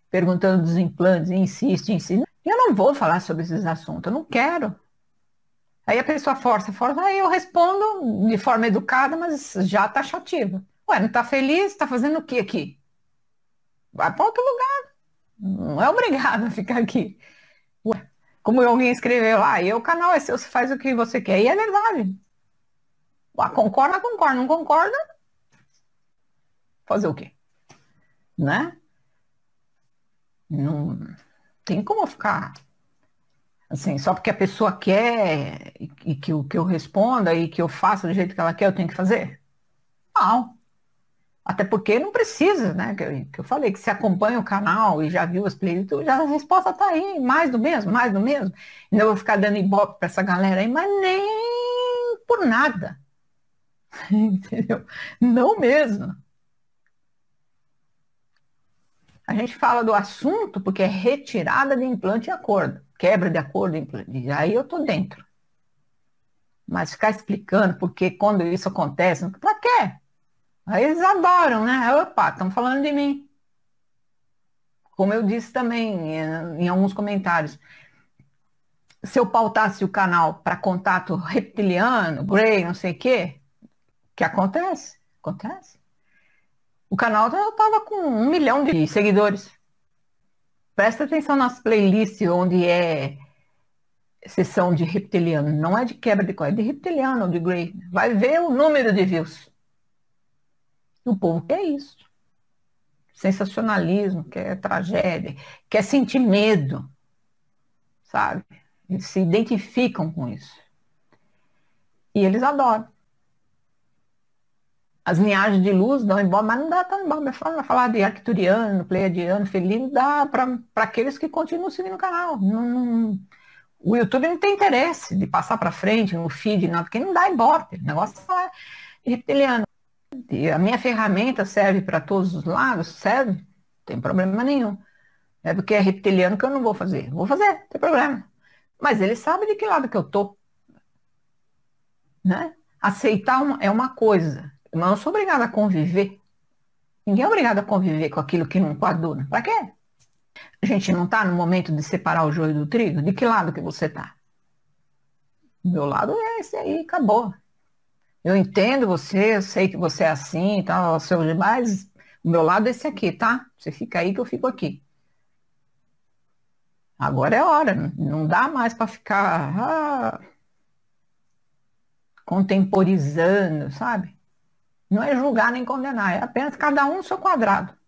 perguntando dos implantes, insiste, insiste. Eu não vou falar sobre esses assuntos, eu não quero. Aí a pessoa força, força, aí eu respondo de forma educada, mas já taxativa. Ué, não tá feliz? Tá fazendo o que aqui? Vai para outro lugar. Não é obrigado a ficar aqui. Como alguém escreveu lá, e o canal é seu, você faz o que você quer. E é verdade. Ah, concorda, concorda, não concorda, fazer o quê? Né? Não tem como ficar assim, só porque a pessoa quer e que eu responda e que eu faça do jeito que ela quer, eu tenho que fazer? Não. Até porque não precisa, né? Que eu falei que se acompanha o canal e já viu as playlists, já a resposta tá aí, mais do mesmo, mais do mesmo. Ainda vou ficar dando ibope para essa galera aí, mas nem por nada, entendeu? Não mesmo. A gente fala do assunto porque é retirada de implante e acordo, quebra de acordo, implante. Aí eu tô dentro. Mas ficar explicando porque quando isso acontece, pra quê? Aí eles adoram, né? Opa, estão falando de mim. Como eu disse também em alguns comentários, se eu pautasse o canal para contato reptiliano, Grey, não sei o quê, que acontece? Acontece. O canal já estava com 1 milhão de seguidores. Presta atenção nas playlists onde é sessão de reptiliano, não é de quebra de coisa, é de reptiliano ou de Grey. Vai ver o número de views. O povo quer isso. Sensacionalismo, quer tragédia, quer sentir medo, sabe? Eles se identificam com isso. E eles adoram. As linhagens de luz dão embora, mas não dá tão embora. Falar de arcturiano, pleiadiano, felino, dá para aqueles que continuam seguindo o canal. O YouTube não tem interesse de passar para frente no feed, não, porque não dá ibope. O negócio é reptiliano. E a minha ferramenta serve para todos os lados? Serve, não tem problema nenhum. É porque é reptiliano que eu não vou fazer. Vou fazer, não tem problema. Mas ele sabe de que lado que eu tô, né? Aceitar é uma coisa, mas eu não sou obrigada a conviver. Ninguém é obrigado a conviver com aquilo que não coaduna. Para quê? A gente não está no momento de separar o joio do trigo? De que lado que você está? Do meu lado é esse aí, acabou. Eu entendo você, eu sei que você é assim e tal, mas o meu lado é esse aqui, tá? Você fica aí que eu fico aqui. Agora é hora, não dá mais para ficar contemporizando, sabe? Não é julgar nem condenar, é apenas cada um no seu quadrado.